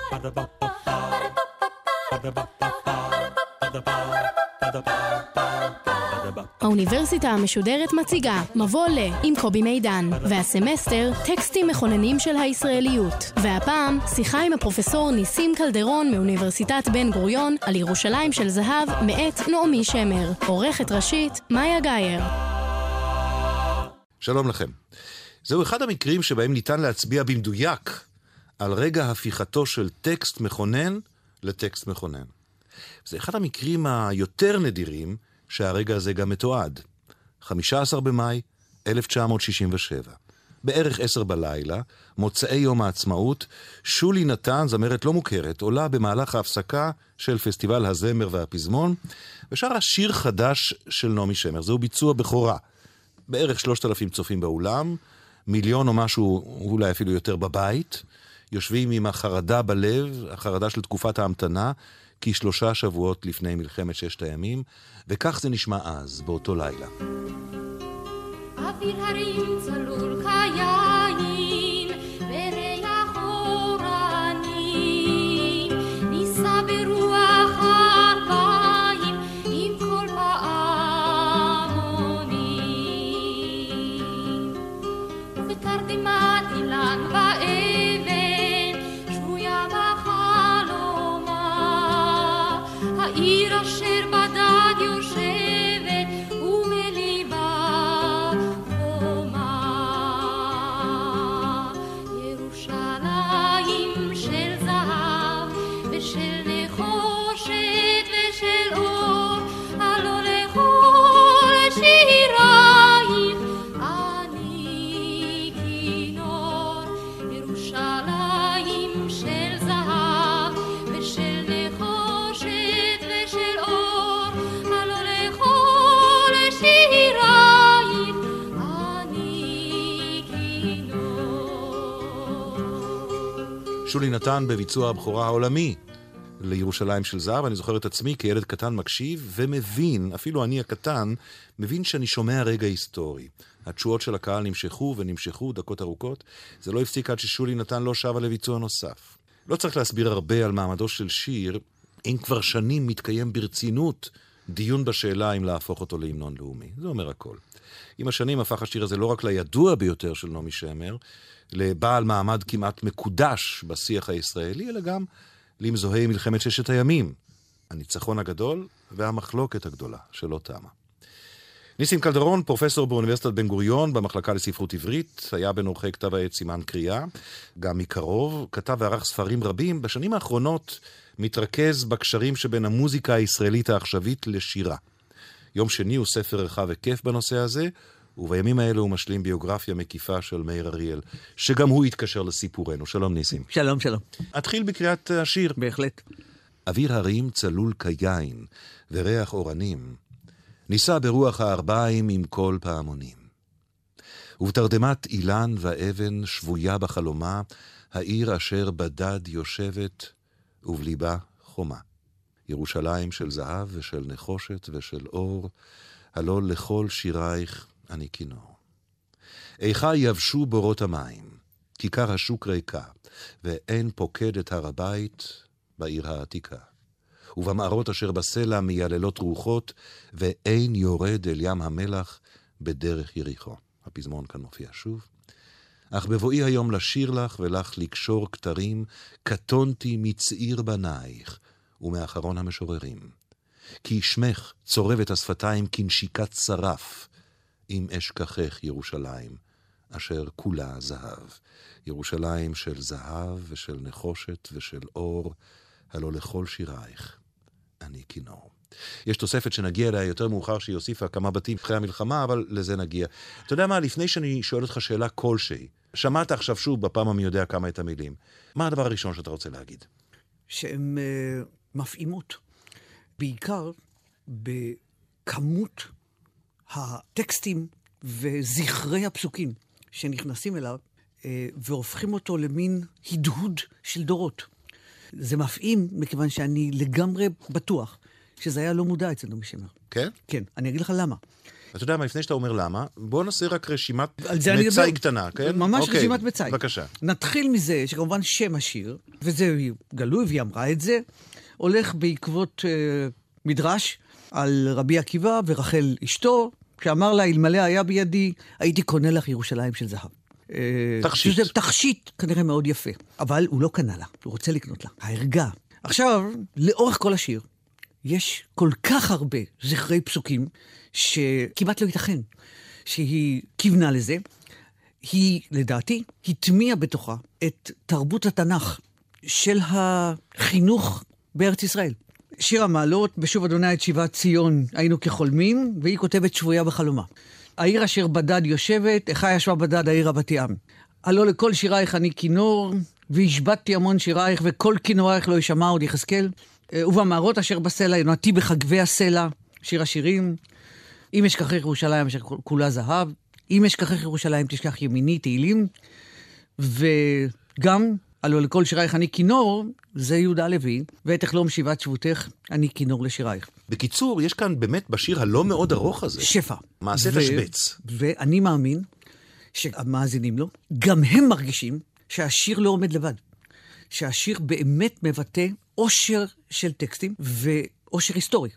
האוניברסיטה המשודרת מציגה מבוא ל עם קובי מידן, והסמסטר טקסטים מכוננים של הישראליות. והפעם שיחה עם הפרופסור ניסים קלדרון מאוניברסיטת בן גוריון על ירושלים של זהב מאת נעמי שמר. עורכת ראשית מאיה גייר. שלום לכם. זהו אחד המקרים שבהם ניתן להצביע במדויק על רגע הפיכתו של טקסט מכונן לטקסט מכונן. זה אחד המקרים היותר נדירים שהרגע הזה גם מתועד. 15 במאי 1967. בערך 10 בלילה, מוצאי יום העצמאות, שולי נתן, זמרת לא מוכרת, עולה במהלך ההפסקה של פסטיבל הזמר והפזמון, ושרה שיר חדש של נעמי שמר. זהו ביצוע בכורה. בערך 3,000 צופים באולם, 1,000,000 או משהו, אולי אפילו יותר בבית, יושבים עם החרדה בלב, החרדה של תקופת ההמתנה, כ3 שבועות לפני מלחמת 6 הימים, וכך זה נשמע אז, באותו לילה. אוויר הרים צלול כיין, וריח אורנים, ניסה ברוח הרפיים, עם כל פעמונים. ובתרדמת אילן ואבן, שבויה בחלומה, העיר אשר בדד יושבת, ומליבה חומה. ירושלים של זהב, ושל נחושת ושל אור, הלא לכל שירייך אני כינור. ירושלים של זהב, ושל נחושת ושל אור, הלא לכל שירייך אני כינור. שולי נתן בביצוע הבכורה העולמי לירושלים של זהב. אני זוכר את עצמי כילד קטן מקשיב ומבין, אפילו אני הקטן, מבין שאני שומע רגע היסטורי. התשואות של הקהל נמשכו ונמשכו דקות ארוכות. זה לא הפסיק עד ששולי נתן לא שבה לביצוע נוסף. לא צריך להסביר הרבה על מעמדו של שיר, אם כבר שנים מתקיים ברצינות דיון בשאלה אם להפוך אותו להמנון לאומי. זה אומר הכל. עם השנים הפך השיר הזה לא רק לידוע ביותר של נעמי שמר, לבעל מעמד כמעט מקודש בשיח הישראלי, אלא גם למזוהי מלחמת 6 הימים, הניצחון הגדול והמחלוקת הגדולה שלא תמה. ניסים קלדרון, פרופסור באוניברסיטת בן גוריון במחלקה לספרות עברית, היה בין עורכי כתב העת סימן קריאה, גם מקרוב, כתב וערך ספרים רבים. בשנים האחרונות מתרכז בקשרים שבין המוזיקה הישראלית העכשווית לשירה. יום שני הוא ספר רחב היקף בנושא הזה, ובימים האלה הוא משלים ביוגרפיה מקיפה של מאיר אריאל, שגם הוא יתקשר לסיפורנו. שלום ניסים. שלום, שלום. אתחיל בקריאת השיר. בהחלט. אוויר הרים צלול כיין, וריח אורנים, ניסה ברוח הארבעים עם כל פעמונים. ובתרדמת אילן ואבן שבויה בחלומה, העיר אשר בדד יושבת, ובליבה חומה. ירושלים של זהב ושל נחושת ושל אור, הלא לכל שירייך אני כינור. איכה יבשו בורות המים, כיכר השוק ריקה, ואין פוקד את הר הבית בעיר העתיקה. ובמערות אשר בסלע מייללות רוחות, ואין יורד אל ים המלח בדרך יריחו. הפזמון כאן מופיע שוב. אך בבואי היום לשיר לך ולך לקשור כתרים, קטונתי מצעיר בנייך ומאחרון המשוררים. כי שמך צורב את השפתיים כנשיקת שרף, אם אשכחך ירושלים, אשר כולה זהב. ירושלים של זהב ושל נחושת ושל אור, הלא לכל שירייך אני כינור. יש תוספת שנגיע אליה יותר מאוחר שהיא הוסיפה כמה בתים אחרי המלחמה, אבל לזה נגיע. אתה יודע מה, לפני שאני שואל אותך שאלה כלשהי, שמעת עכשיו שוב בפעם המי יודע כמה את המילים. מה הדבר הראשון שאתה רוצה להגיד? שהן מפעימות. בעיקר בכמות הטקסטים וזכרי הפסוקים שנכנסים אליו, והופכים אותו למין הדהוד של דורות. זה מפעים מכיוון שאני לגמרי בטוח שזה היה לא מודע אצלנו משמר. כן? כן, אני אגיד לך למה. אתה יודע מה, לפני שאתה אומר למה, בוא נעשה רק רשימת מצאי קטנה, כן? ממש רשימת מצאי. בבקשה. נתחיל מזה שכמובן שם השיר, וזה גלוי והיא אמרה את זה, הולך בעקבות מדרש על רבי עקיבא ורחל אשתו, שאמר לה, אלמלא היה בידי, הייתי קונה לך ירושלים של זהב. תכשיט. שזה תכשיט כנראה מאוד יפה, אבל הוא לא קנה לה, הוא רוצה לקנות לה. ההרגע. עכשיו, לאורך כל השיר, יש כל כך הרבה זכרי פסוקים, שכמעט לא ייתכן שהיא כיוונה לזה. היא, לדעתי, התמיעה בתוכה את תרבות התנ"ך של החינוך בארץ ישראל. שיר המעלות, בשוב אדוני את שיבת ציון היינו כחולמים, והיא כותבת שבויה בחלומה. העיר אשר בדד יושבת, איכה ישבה בדד העיר רבתי עם. הלא לכל שירייך אני כינור, והשבתתי המון שירייך, וכל כינורייך לא ישמע עוד יחזקאל. ובמערות אשר בסלע, ינועתי בחגבי הסלע, שיר השירים. אם אשכחך ירושלים אשר כולה זהב, אם אשכחך ירושלים תשכח ימיני, תהילים. וגם, הלא לכל שירייך אני כינור, זה יהודה הלוי, ואת תחלום שיבת שבותך, אני כינור לשירייך. בקיצור, יש כאן באמת בשיר הלא מאוד ארוך הזה. שפע. מעשה תשבץ. ואני מאמין שהמאזינים לו, גם הם מרגישים שהשיר לא עומד לבד. שהשיר באמת מבטא עושר של טקסטים ועושר היסטורי.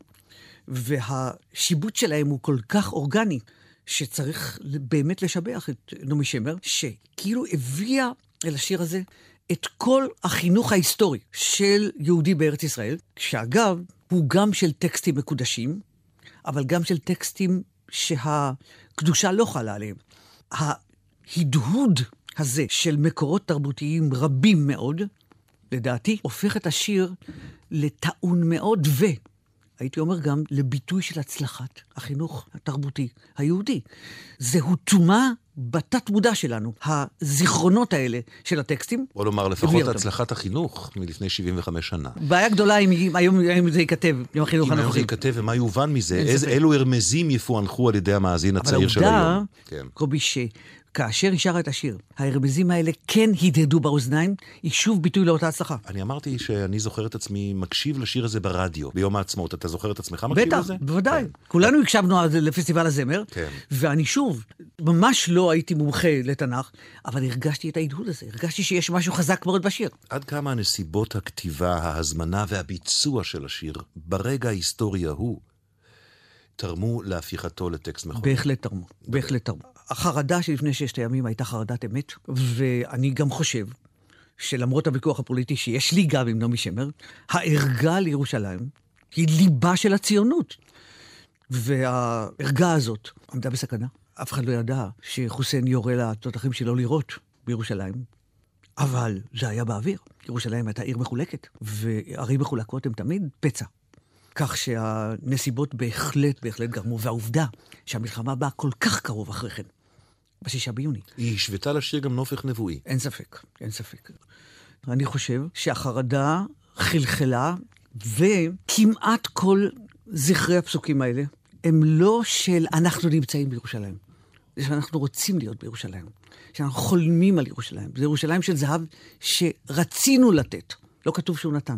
והשיבוט שלהם הוא כל כך אורגני, שצריך באמת לשבח את נעמי שמר, שכאילו הביאה אל השיר הזה את כל החינוך ההיסטורי של יהודי בארץ ישראל, שאגב, הוא גם של טקסטים מקודשים, אבל גם של טקסטים שהקדושה לא חלה עליהם. ההדהוד הזה של מקורות תרבותיים רבים מאוד, לדעתי, הופך את השיר לטעון מאוד, והייתי אומר גם לביטוי של הצלחת החינוך התרבותי היהודי. זהו תומה בתת מודע שלנו, הזיכרונות האלה של הטקסטים. בוא לומר, לפחות הצלחת החינוך מלפני 75 שנה. בעיה גדולה אם היום זה ייכתב, עם החינוך הנוכחי. אם היום זה ייכתב, ומה יובן מזה? אילו הרמזים יפוענחו על ידי המאזין הצעיר של היום. אבל העובדה, קובי, כאשר ישרה את השיר, הרמזים האלה כן הדהדו באוזניים, היא שוב ביטוי לאותה הצלחה. אני אמרתי שאני זוכר את עצמי מקשיב לשיר הזה ברדיו, ביום העצמאות. אתה זוכר את עצמך מקשיב לזה? בטח, בוודאי. כולנו הקשבנו לפסטיבל הזמר, ואני שוב, ממש לא הייתי מומחה לתנ"ך, אבל הרגשתי את ההדהוד הזה, הרגשתי שיש משהו חזק מאוד בשיר. עד כמה הנסיבות הכתיבה, ההזמנה והביצוע של השיר, ברגע ההיסטורי ההוא, תרמו להפיכתו לטקסט מכונן? בהחלט תרמו, בהחלט תרמו. החרדה שלפני 6 הימים הייתה חרדת אמת, ואני גם חושב שלמרות הוויכוח הפוליטי שיש לי גם עם נעמי שמר, הערגה לירושלים היא ליבה של הציונות. והערגה הזאת עמדה בסכנה. אף אחד לא ידע שחוסיין יורה לתותחים שלו לירות בירושלים, אבל זה היה באוויר. ירושלים הייתה עיר מחולקת, וערים מחולקות הן תמיד פצע. כך שהנסיבות בהחלט גרמו, והעובדה שהמלחמה באה כל כך קרוב אחרי כן, ב6 ביוני. היא השוותה לשיר גם נופך נבואי. אין ספק, אין ספק. אני חושב שהחרדה חלחלה, וכמעט כל זכרי הפסוקים האלה, הם לא של אנחנו נמצאים בירושלים. זה שאנחנו רוצים להיות בירושלים. שאנחנו חולמים על ירושלים. זה ירושלים של זהב שרצינו לתת. לא כתוב שהוא נתן.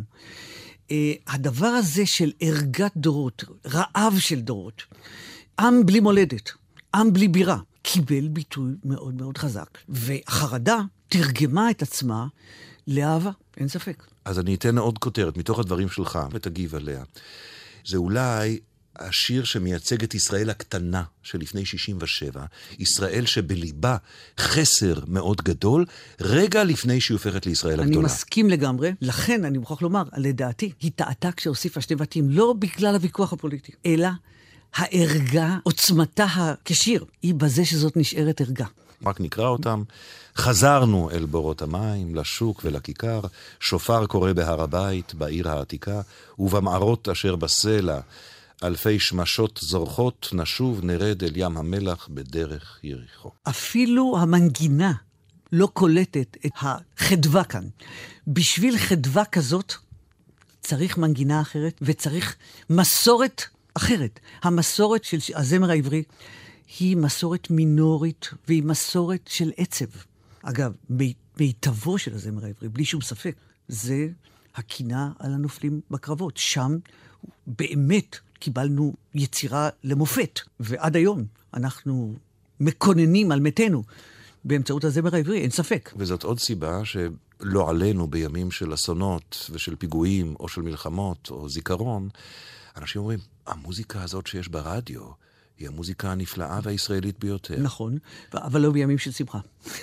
הדבר הזה של הרגת דורות, רעב של דורות, עם בלי מולדת, עם בלי בירה, קיבל ביטוי מאוד מאוד חזק. והחרדה תרגמה את עצמה לאהבה, אין ספק. אז אני אתן עוד כותרת מתוך הדברים שלך ותגיב עליה. זה אולי השיר שמייצג את ישראל הקטנה של לפני 67, ישראל שבליבה חסר מאוד גדול, רגע לפני שהיא הופכת לישראל הגדולה. אני מסכים לגמרי, לכן אני מוכרח לומר, לדעתי, היא טעתה כשהוסיפה 2 בתים, לא בגלל הוויכוח הפוליטי, אלא הערגה, עוצמתה כשיר, היא בזה שזאת נשארת ערגה. רק נקרא אותם. חזרנו אל בורות המים, לשוק ולכיכר, שופר קורא בהר הבית, בעיר העתיקה, ובמערות אשר בסלע, אלפי שמשות זורחות, נשוב נרד אל ים המלח בדרך יריחו. אפילו המנגינה לא קולטת את החדווה כאן. בשביל חדווה כזאת צריך מנגינה אחרת וצריך מסורת אחרת. המסורת של הזמר העברי היא מסורת מינורית והיא מסורת של עצב. אגב, מיטבו של הזמר העברי, בלי שום ספק, זה הקינה על הנופלים בקרבות. שם באמת קיבלנו יצירה למופת, ועד היום אנחנו מקוננים על מתנו באמצעות הזמר העברי, אין ספק. וזאת עוד סיבה שלא עלינו בימים של אסונות ושל פיגועים או של מלחמות או זיכרון, אנשים אומרים, המוזיקה הזאת שיש ברדיו היא המוזיקה הנפלאה והישראלית ביותר. נכון, אבל לא בימים של שמחה.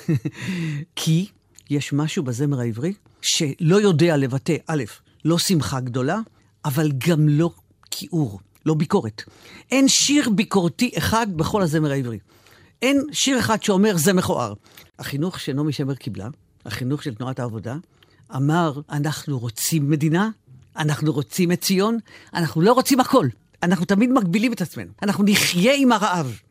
כי יש משהו בזמר העברי שלא יודע לבטא, א', לא שמחה גדולה, אבל גם לא כיעור, לא ביקורת. אין שיר ביקורתי אחד בכל הזמר העברי. אין שיר אחד שאומר זה מכוער. החינוך שנעמי שמר קיבלה, החינוך של תנועת העבודה, אמר, אנחנו רוצים מדינה, אנחנו רוצים את ציון, אנחנו לא רוצים הכל. אנחנו תמיד מגבילים את עצמנו. אנחנו נחיה עם הרעב.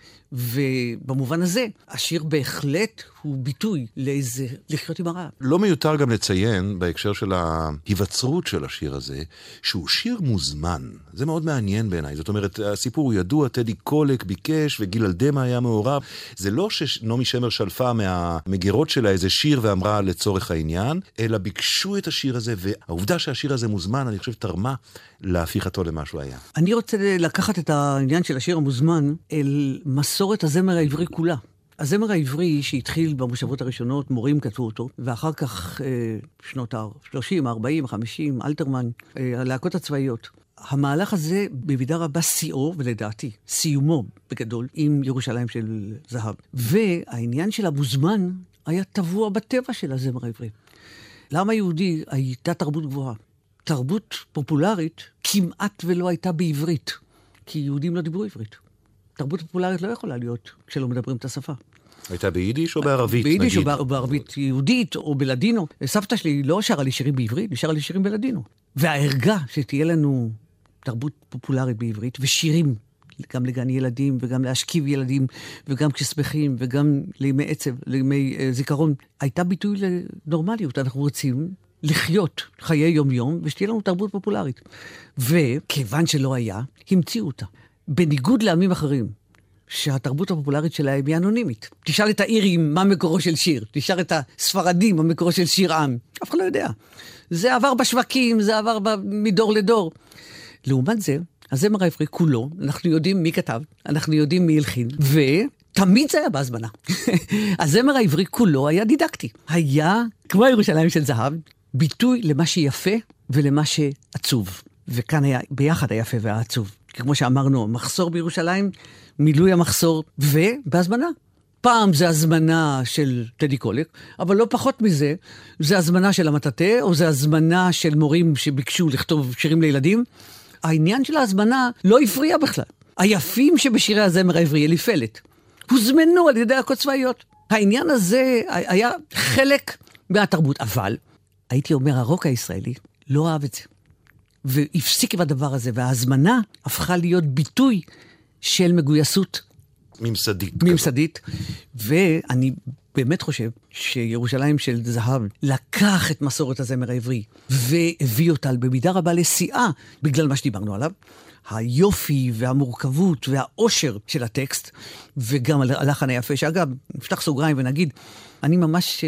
ובמובן הזה, השיר בהחלט הוא ביטוי לאיזה לחיות עם הרעב. לא מיותר גם לציין, בהקשר של ההיווצרות של השיר הזה, שהוא שיר מוזמן. זה מאוד מעניין בעיניי. זאת אומרת, הסיפור הוא ידוע, טדי קולק ביקש, וגיל אלדמה היה מעורב. זה לא שנעמי שמר שלפה מהמגירות שלה איזה שיר ואמרה לצורך העניין, אלא ביקשו את השיר הזה, והעובדה שהשיר הזה מוזמן, אני חושב, תרמה להפיכתו למשהו היה. אני רוצה לקחת את העניין של השיר המוזמן אל מסורת הזמר העברי כולה. הזמר העברי שהתחיל במושבות הראשונות, מורים כתבו אותו, ואחר כך שנות ה-30, ה-40, ה-50, אלתרמן, הלהקות הצבאיות. המהלך הזה במידה רבה שיאו, ולדעתי, סיומו בגדול, עם ירושלים של זהב. והעניין של המוזמן היה טבוע בטבע של הזמר העברי. לעם היהודי הייתה תרבות גבוהה. תרבות פופולרית כמעט ולא הייתה בעברית, כי יהודים לא דיברו עברית. תרבות פופולרית לא יכולה להיות כשלא מדברים את השפה. הייתה ביידיש או בערבית, נגיד? ביידיש או בערבית יהודית או בלדינו. סבתא שלי לא שרה לי שירים בעברית, היא שרה לי שירים בלדינו. וההרגה שתהיה לנו תרבות פופולרית בעברית, ושירים גם לגן ילדים וגם להשכיב ילדים, וגם כששמחים וגם לימי עצב, לימי זיכרון, הייתה ביטוי לנורמליות. אנחנו רוצים לחיות חיי יום-יום, ושתהיה לנו תרבות פופולרית. וכיוון שלא היה, המציאו אותה. בניגוד לעמים אחרים, שהתרבות הפופולרית שלהם היא אנונימית. תשאל את האירים מה מקורו של שיר, תשאל את הספרדים מה מקורו של שיר עם. אף אחד לא יודע. זה עבר בשווקים, זה עבר מדור לדור. לעומת זה, הזמר העברי כולו, אנחנו יודעים מי כתב, אנחנו יודעים מי הלחין, ותמיד זה היה בהזמנה. הזמר העברי כולו היה דידקטי. היה, כמו ירושלים של זהב, ביטוי למה שיפה ולמה שעצוב. וכאן היה ביחד היפה והעצוב. כמו שאמרנו, מחסור בירושלים, מילוי המחסור, ובהזמנה. פעם זה הזמנה של טדי קולק, אבל לא פחות מזה, זה הזמנה של המטאטה, או זה הזמנה של מורים שביקשו לכתוב שירים לילדים. העניין של ההזמנה לא הפריע בכלל. היפים שבשירי הזמר העברי, אליפלת, הוזמנו על ידי להקות צבאיות. העניין הזה היה חלק מהתרבות, אבל הייתי אומר, הרוק הישראלי לא אהב את זה. והפסיק עם הדבר הזה, וההזמנה הפכה להיות ביטוי של מגויסות ממסדית. ואני באמת חושב שירושלים של זהב לקח את מסורת הזמר העברי, והביא אותה במידה רבה לשיאה, בגלל מה שדיברנו עליו, היופי והמורכבות והאושר של הטקסט, וגם הלחן היפה, שאגב, נפתח סוגריים ונגיד, אני ממש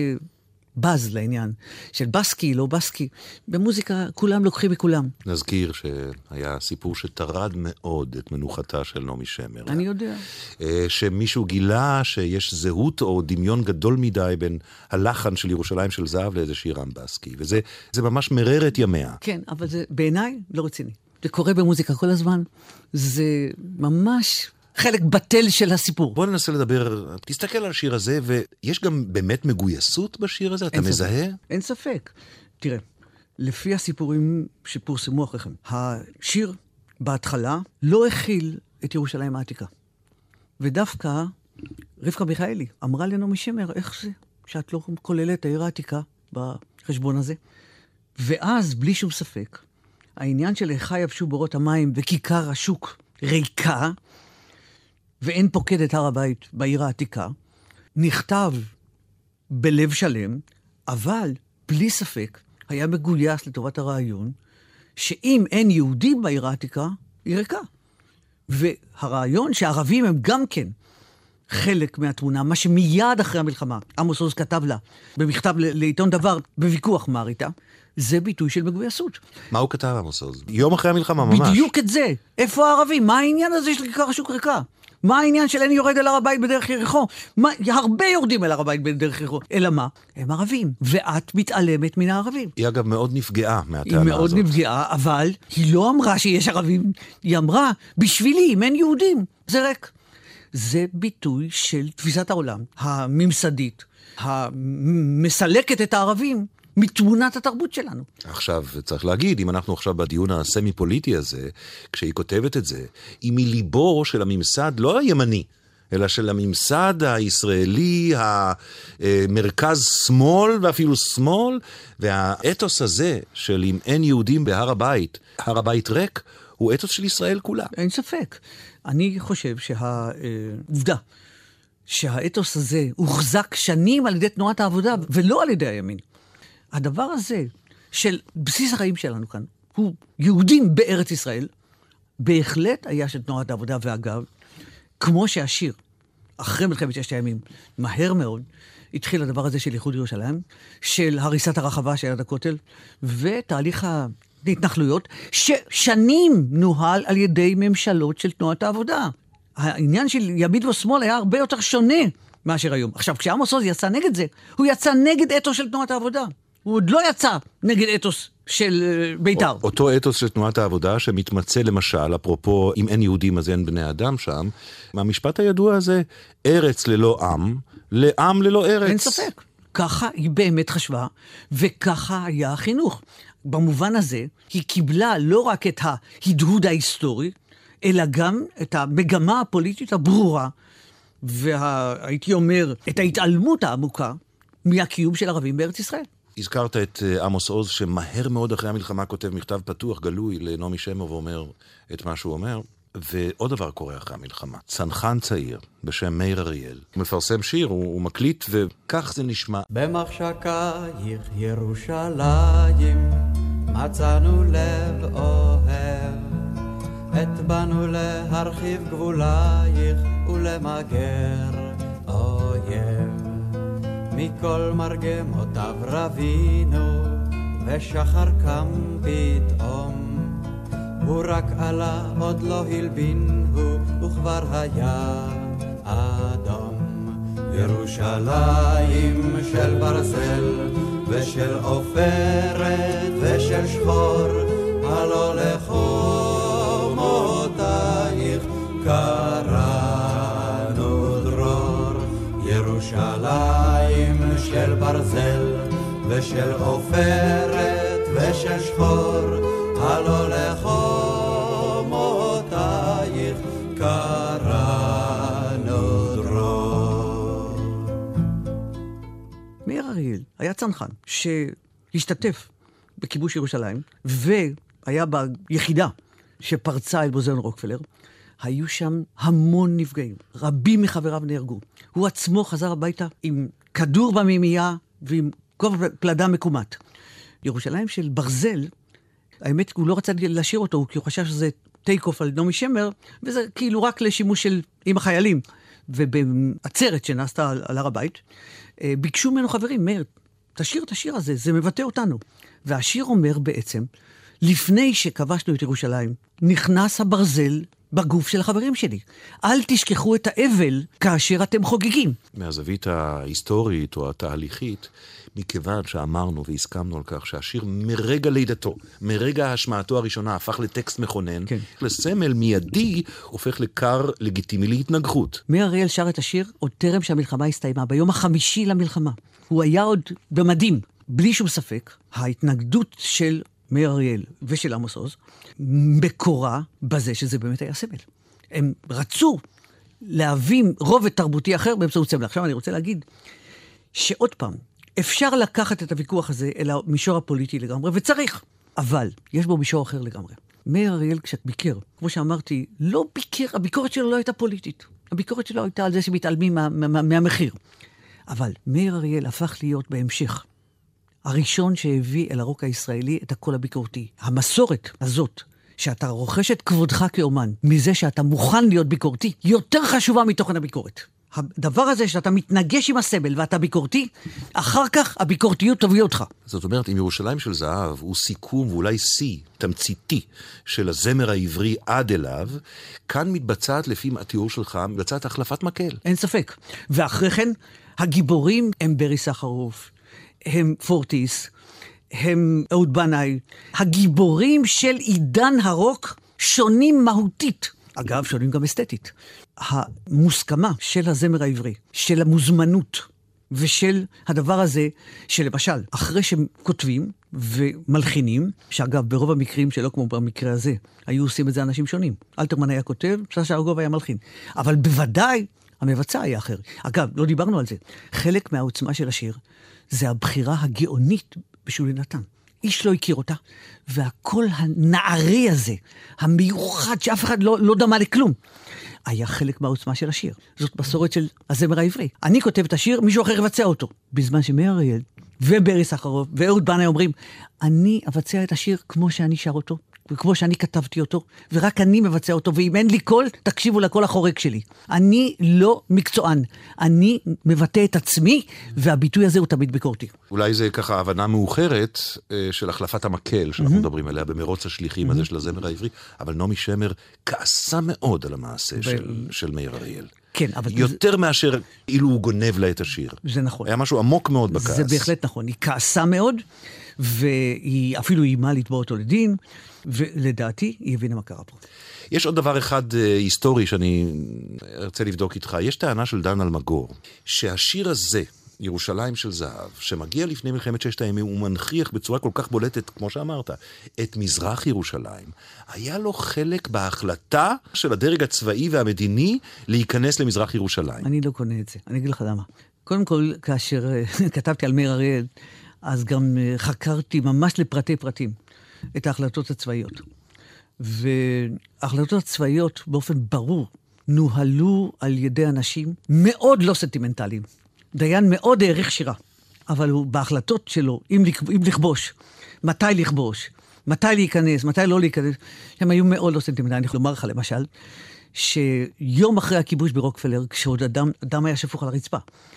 בז לעניין של בסקי, לא בסקי. במוזיקה כולם לוקחים מכולם. נזכיר שהיה סיפור שטרד מאוד את מנוחתה של נעמי שמר. אני יודע. שמישהו גילה שיש זהות או דמיון גדול מדי בין הלחן של ירושלים של זהב לאיזה שיר עם בסקי. וזה ממש מרר את ימיה. כן, אבל זה בעיניי לא רציני. זה קורה במוזיקה כל הזמן. זה ממש חלק בטל של הסיפור. בוא ננסה לדבר, תסתכל על השיר הזה, ויש גם באמת מגויסות בשיר הזה? אתה מזהה? אין ספק. תראה, לפי הסיפורים שפורסמו אחריכם, השיר בהתחלה לא הכיל את ירושלים העתיקה. ודווקא רבקה מיכאלי אמרה לנעמי שמר, איך זה שאת לא כוללת את העיר העתיקה בחשבון הזה? ואז, בלי שום ספק, העניין של איך יבשו בורות המים וכיכר השוק ריקה, ואין פוקד את הר הבית בעיר העתיקה, נכתב בלב שלם, אבל בלי ספק היה מגויס לטובת הרעיון, שאם אין יהודים בעיר העתיקה, היא ריקה. והרעיון שהערבים הם גם כן חלק מהתמונה, מה שמיד אחרי המלחמה, עמוס עוז כתב לה, במכתב לעיתון דבר, בוויכוח מר איתה, זה ביטוי של מגויסות. מה הוא כתב, עמוס עוז? יום אחרי המלחמה, ממש. בדיוק את זה. איפה הערבים? מה העניין הזה של כיכר השוק ריקה? מה העניין של אין יורד אל הר הבית בדרך יריחו? הרבה יורדים אל הר הבית בדרך יריחו. אלא מה? הם ערבים. ואת מתעלמת מן הערבים. היא אגב מאוד נפגעה מהטענה הזאת. היא מאוד נפגעה, אבל היא לא אמרה שיש ערבים. היא אמרה, בשבילי, אם אין יהודים, זה ריק. זה ביטוי של תפיסת העולם הממסדית, המסלקת את הערבים מתמונת התרבות שלנו. עכשיו, צריך להגיד, אם אנחנו עכשיו בדיון הסמי-פוליטי הזה, כשהיא כותבת את זה, היא מליבו של הממסד, לא הימני, אלא של הממסד הישראלי, המרכז שמאל ואפילו שמאל, והאתוס הזה של אם אין יהודים בהר הבית, הר הבית ריק, הוא אתוס של ישראל כולה. אין ספק. אני חושב שהעובדה שהאתוס הזה הוחזק שנים על ידי תנועת העבודה ולא על ידי הימין. הדבר הזה של בסיס החיים שלנו כאן, הוא יהודים בארץ ישראל, בהחלט היה של תנועת העבודה, ואגב, כמו שהשיר, אחרי מלחמת ששת הימים, מהר מאוד, התחיל הדבר הזה של איחוד ירושלים, של הריסת הרחבה של יד הכותל, ותהליך ההתנחלויות, ששנים נוהל על ידי ממשלות של תנועת העבודה. העניין של ימין ושמאל היה הרבה יותר שונה מאשר היום. עכשיו, כשעמוס עוז יצא נגד זה, הוא יצא נגד אתוס של תנועת העבודה. הוא עוד לא יצא נגד אתוס של בית"ר. אותו אתוס של תנועת העבודה שמתמצא למשל, אפרופו אם אין יהודים אז אין בני אדם שם, מהמשפט הידוע הזה, ארץ ללא עם, לעם ללא ארץ. אין ספק. ככה היא באמת חשבה, וככה היה החינוך. במובן הזה, היא קיבלה לא רק את ההדהוד ההיסטורי, אלא גם את המגמה הפוליטית הברורה, והייתי אומר, את ההתעלמות העמוקה מהקיום של ערבים בארץ ישראל. הזכרת את עמוס עוז, שמהר מאוד אחרי המלחמה כותב מכתב פתוח, גלוי, לנעמי שמר, ואומר את מה שהוא אומר. ועוד דבר קורה אחרי המלחמה. צנחן צעיר בשם מאיר אריאל. הוא מפרסם שיר, הוא מקליט, וכך זה נשמע. במחשקייך ירושלים, מצאנו לב אוהב, את בנו להרחיב גבולייך ולמגר אויב. מכל מרגמותיו רבינו, ושחר קם פתאום, הוא רק עלה, עוד לא הלבין הוא, וכבר היה אדום. ירושלים של ברזל, ושל עופרת, ושל שחור, הלא לחומותייך קראנו דרור. ירושלים של ברזל, ושל עופרת, ושל שחור, הלא לחומותייך קראנו דרור. מאיר אריאל היה צנחן שהשתתף בכיבוש ירושלים, והיה ביחידה שפרצה אל מוזיאון רוקפלר. היו שם המון נפגעים, רבים מחבריו נהרגו. הוא עצמו חזר הביתה עם כדור במימייה ועם כובע פלדה מקומט. ירושלים של ברזל, האמת, הוא לא רצה להשאיר אותו, כי הוא חשב שזה טייק אוף על נעמי שמר, וזה כאילו רק לשימוש עם החיילים. ובעצרת שנעשתה על הר הבית, ביקשו ממנו חברים, מאיר, תשאיר את השיר הזה, זה מבטא אותנו. והשיר אומר בעצם, לפני שכבשנו את ירושלים, נכנס הברזל בגוף של החברים שלי. אל תשכחו את האבל כאשר אתם חוגגים. מהזווית ההיסטורית או התהליכית, מכיוון שאמרנו והסכמנו על כך שהשיר מרגע לידתו, מרגע השמעתו הראשונה, הפך לטקסט מכונן, כן. לסמל מיידי, הופך לקר לגיטימי להתנגחות. מאיר אריאל שר את השיר עוד טרם שהמלחמה הסתיימה, ביום החמישי למלחמה. הוא היה עוד במדים, בלי שום ספק. ההתנגדות של מאיר אריאל ושל עמוס עוז, מקורה בזה שזה באמת היה סמל. הם רצו להביא רובד תרבותי אחר באמצעות סמל. עכשיו אני רוצה להגיד שעוד פעם, אפשר לקחת את הוויכוח הזה אל המישור הפוליטי לגמרי, וצריך, אבל יש בו מישור אחר לגמרי. מאיר אריאל כשאת ביקר, כמו שאמרתי, לא ביקר, הביקורת שלו לא הייתה פוליטית. הביקורת שלו הייתה על זה שמתעלמים מהמחיר. אבל מאיר אריאל הפך להיות בהמשך הראשון שהביא אל הרוק הישראלי את הקול הביקורתי. המסורת הזאת, שאתה רוכש את כבודך כאומן, מזה שאתה מוכן להיות ביקורתי, יותר חשובה מתוכן הביקורת. הדבר הזה שאתה מתנגש עם הסמל ואתה ביקורתי, אחר כך הביקורתיות תביא אותך. זאת אומרת, אם ירושלים של זהב הוא סיכום ואולי שיא תמציתי של הזמר העברי עד אליו, כאן מתבצעת לפי התיאור שלך, מתבצעת החלפת מקל. אין ספק. ואחרי כן, הגיבורים הם ברי סחרוף, הם פורטיס, הם אהוד בנאי. הגיבורים של עידן הרוק שונים מהותית. אגב, שונים גם אסתטית. המוסכמה של הזמר העברי, של המוזמנות, ושל הדבר הזה, שלמשל, אחרי שהם כותבים ומלחינים, שאגב, ברוב המקרים שלא כמו במקרה הזה, היו עושים את זה אנשים שונים. אלתרמן היה כותב, ששה ארגוב היה מלחין. אבל בוודאי, המבצע היה אחר. אגב, לא דיברנו על זה. חלק מהעוצמה של השיר, זה הבחירה הגאונית בשולי נתן. איש לא הכיר אותה, והכל הנערי הזה, המיוחד, שאף אחד לא דמה לכלום, היה חלק מהעוצמה של השיר. זאת מסורת של הזמר העברי. אני כותב את השיר, מישהו אחר יבצע אותו. בזמן שמאיר אריאל וברי סחרוף ואהוד בנאי אומרים, אני אבצע את השיר כמו שאני שר אותו, וכמו שאני כתבתי אותו, ורק אני מבצע אותו, ואם אין לי קול, תקשיבו לקול החורק שלי. אני לא מקצוען, אני מבטא את עצמי, והביטוי הזה הוא תמיד ביקורתי. אולי זה ככה הבנה מאוחרת של החלפת המקל, שאנחנו מדברים עליה במרוץ השליחים הזה של הזמר העברי, אבל נעמי שמר כעסה מאוד על המעשה של מאיר אריאל. כן, אבל יותר מאשר אילו הוא גונב לה את השיר. זה נכון. היה משהו עמוק מאוד בכעס. זה בהחלט נכון. היא כעסה מאוד, והיא אפילו אימה לתבוע אותו לדין, ולדעתי היא הבינה מה קרה פה. יש עוד דבר אחד היסטורי שאני ארצה לבדוק איתך. יש טענה של דן אלמגור, שהשיר הזה, ירושלים של זהב, שמגיע לפני מלחמת ששת הימים, הוא מנכיח בצורה כל כך בולטת, כמו שאמרת, את מזרח ירושלים. היה לו חלק בהחלטה של הדרג הצבאי והמדיני להיכנס למזרח ירושלים. אני לא קונה את זה. אני אגיד לך למה. קודם כל, כאשר כתבתי על מאיר אריאל, אז גם חקרתי ממש לפרטי פרטים את ההחלטות הצבאיות. וההחלטות הצבאיות באופן ברור נוהלו על ידי אנשים מאוד לא סנטימנטליים. דיין מאוד העריך שירה, אבל הוא בהחלטות שלו, אם לכבוש, מתי לכבוש, מתי להיכנס, מתי לא להיכנס, הם היו מאוד לא סנטימנטליים. אני יכול לומר לך למשל, שיום אחרי הכיבוש ברוקפלר, כשעוד אדם היה שפוך על הרצפה,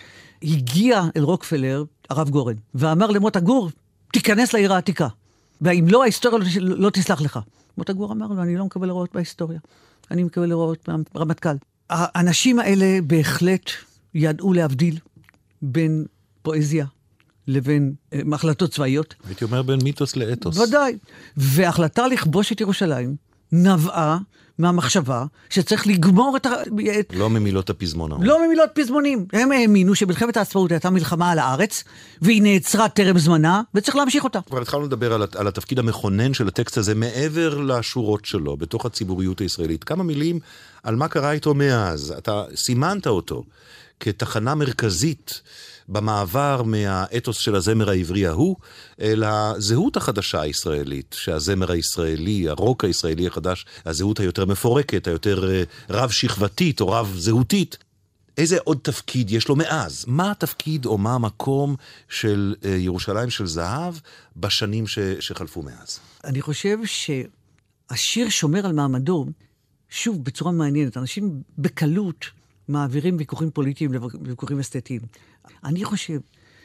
הגיע אל רוקפלר הרב גורן, ואמר למוטה גור, תיכנס לעיר העתיקה, ואם לא, ההיסטוריה לא תסלח לך. מוטה גור אמר לו, אני לא מקבל הוראות בהיסטוריה, אני מקבל הוראות מהרמטכ"ל. האנשים האלה בהחלט ידעו להבדיל בין פואזיה לבין החלטות צבאיות. הייתי אומר בין מיתוס לאתוס. ודאי. וההחלטה לכבוש את ירושלים נבעה מהמחשבה שצריך לגמור את לא ממילות הפזמון. לא ממילות פזמונים. הם האמינו שמלחמת העצמאות הייתה מלחמה על הארץ, והיא נעצרה טרם זמנה, וצריך להמשיך אותה. כבר התחלנו לדבר על התפקיד המכונן של הטקסט הזה, מעבר לשורות שלו, בתוך הציבוריות הישראלית. כמה מילים על מה קרה איתו מאז. אתה סימנת אותו כתחנה מרכזית במעבר מהאתוס של הזמר העברי ההוא, אל הזהות החדשה הישראלית, שהזמר הישראלי, הרוק הישראלי החדש, הזהות היותר מפורקת, היותר רב שכבתית או רב זהותית. איזה עוד תפקיד יש לו מאז? מה התפקיד או מה המקום של ירושלים של זהב בשנים שחלפו מאז? אני חושב שהשיר שומר על מעמדו, שוב, בצורה מעניינת. אנשים בקלות מעבירים ויכוחים פוליטיים לוויכוחים אסתטיים. אני חושב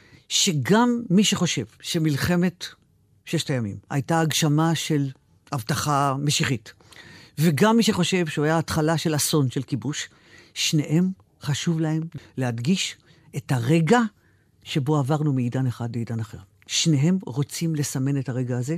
שגם מי שחושב שמלחמת ששת הימים הייתה הגשמה של הבטחה משיחית, וגם מי שחושב שהוא היה התחלה של אסון של כיבוש, שניהם חשוב להם להדגיש את הרגע שבו עברנו מעידן אחד לעידן אחר. שניהם רוצים לסמן את הרגע הזה,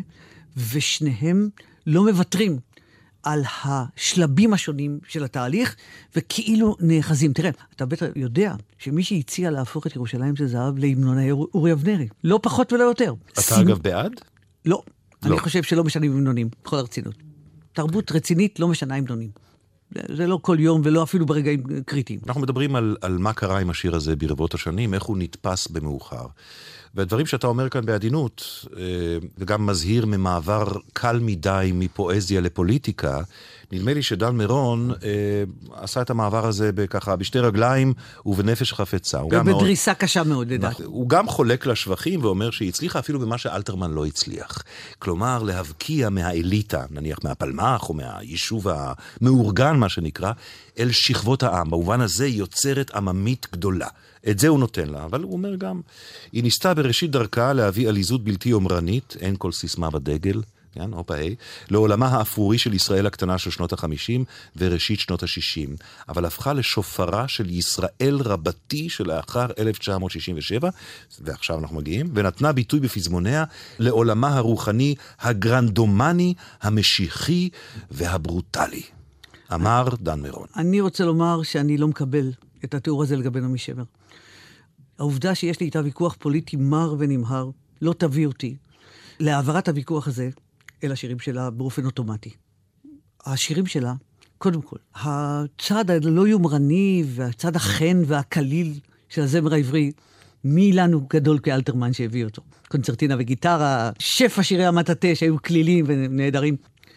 ושניהם לא מוותרים על השלבים השונים של התהליך, וכאילו נאחזים. תראה, אתה בטח יודע שמי שהציע להפוך את ירושלים של זהב להמנון אורי אבנרי. לא פחות ולא יותר. אתה אגב בעד? לא. אני חושב שלא משנים המנונים, בכל הרצינות. תרבות רצינית לא משנה המנונים. זה לא כל יום ולא אפילו ברגעים קריטיים. אנחנו מדברים על מה קרה עם השיר הזה ברבות השנים, איך הוא נתפס במאוחר. והדברים שאתה אומר כאן בעדינות, וגם מזהיר ממעבר קל מדי מפואזיה לפוליטיקה, נדמה לי שדן מירון עשה את המעבר הזה ככה בשתי רגליים ובנפש חפצה. ובדריסה קשה מאוד, לדעתי. הוא גם חולק לשבחים ואומר שהיא הצליחה אפילו במה שאלתרמן לא הצליח. כלומר, להבקיע מהאליטה, נניח מהפלמ"ח או מהיישוב המאורגן, מה שנקרא, אל שכבות העם. במובן הזה יוצרת עממית גדולה. את זה הוא נותן לה, אבל הוא אומר גם, היא ניסתה בראשית דרכה להביא עליזות בלתי יומרנית, אין כל סיסמה בדגל, כן, לעולמה האפרורי של ישראל הקטנה של שנות ה-50 וראשית שנות ה-60, אבל הפכה לשופרה של ישראל רבתי שלאחר 1967, ועכשיו אנחנו מגיעים, ונתנה ביטוי בפזמוניה לעולמה הרוחני, הגרנדומני, המשיחי והברוטלי. אמר דן מירון. אני רוצה לומר שאני לא מקבל את התיאור הזה לגבי נעמי שמר. העובדה שיש לי איתה ויכוח פוליטי מר ונמהר, לא תביא אותי להעברת הוויכוח הזה אל השירים שלה באופן אוטומטי. השירים שלה, קודם כל, הצד הלא יומרני והצד החן והקליל של הזמר העברי, מי לנו גדול כאלתרמן שהביא אותו? קונצרטינה וגיטרה, שפע שירי המטאטה שהיו כלילים ונהדרים.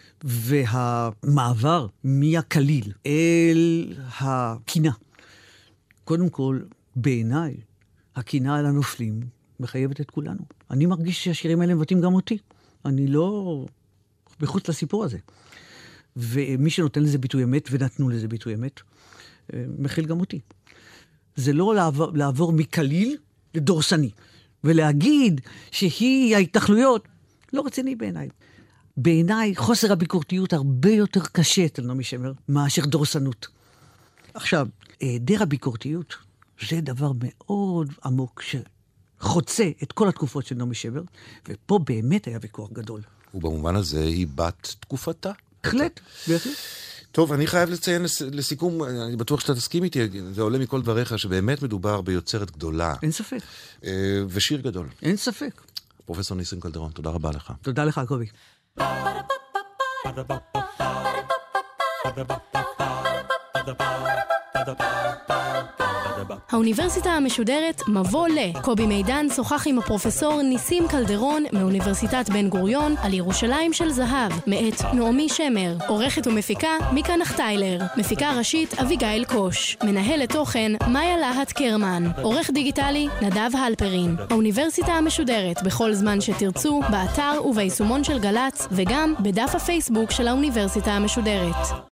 והמעבר מהקליל אל הקינה. קודם כל, בעיניי, הקינה על הנופלים מחייבת את כולנו. אני מרגיש שהשירים האלה מבטאים גם אותי. אני לא בחוץ לסיפור הזה. ומי שנותן לזה ביטוי אמת, ונתנו לזה ביטוי אמת, מכיל גם אותי. זה לא לעבור מקליל לדורסני, ולהגיד שהיא ההתנחלויות, לא רציני בעיניי. בעיניי חוסר הביקורתיות הרבה יותר קשה אצל נעמי שמר מאשר דורסנות. עכשיו, היעדר הביקורתיות זה דבר מאוד עמוק שחוצה את כל התקופות של נעמי שמר, ופה באמת היה ויכוח גדול. ובמובן הזה היא בת תקופתה. בהחלט, בהחלט. טוב, אני חייב לציין לסיכום, אני בטוח שאתה תסכים איתי, זה עולה מכל דבריך שבאמת מדובר ביוצרת גדולה. אין ספק. ושיר גדול. אין ספק. פרופסור ניסים קלדרון, תודה רבה לך. תודה לך, קובי. האוניברסיטה המשודרת מבוא ל. קובי מידן שוחח עם הפרופסור ניסים קלדרון מאוניברסיטת בן גוריון על ירושלים של זהב, מאת נעמי שמר. עורכת ומפיקה מיקה נחטיילר. מפיקה ראשית אביגיל קוש. מנהלת תוכן מאיה להט קרמן. עורך דיגיטלי נדב הלפרין. האוניברסיטה המשודרת בכל זמן שתרצו, באתר וביישומון של גלץ, וגם בדף הפייסבוק של האוניברסיטה המשודרת.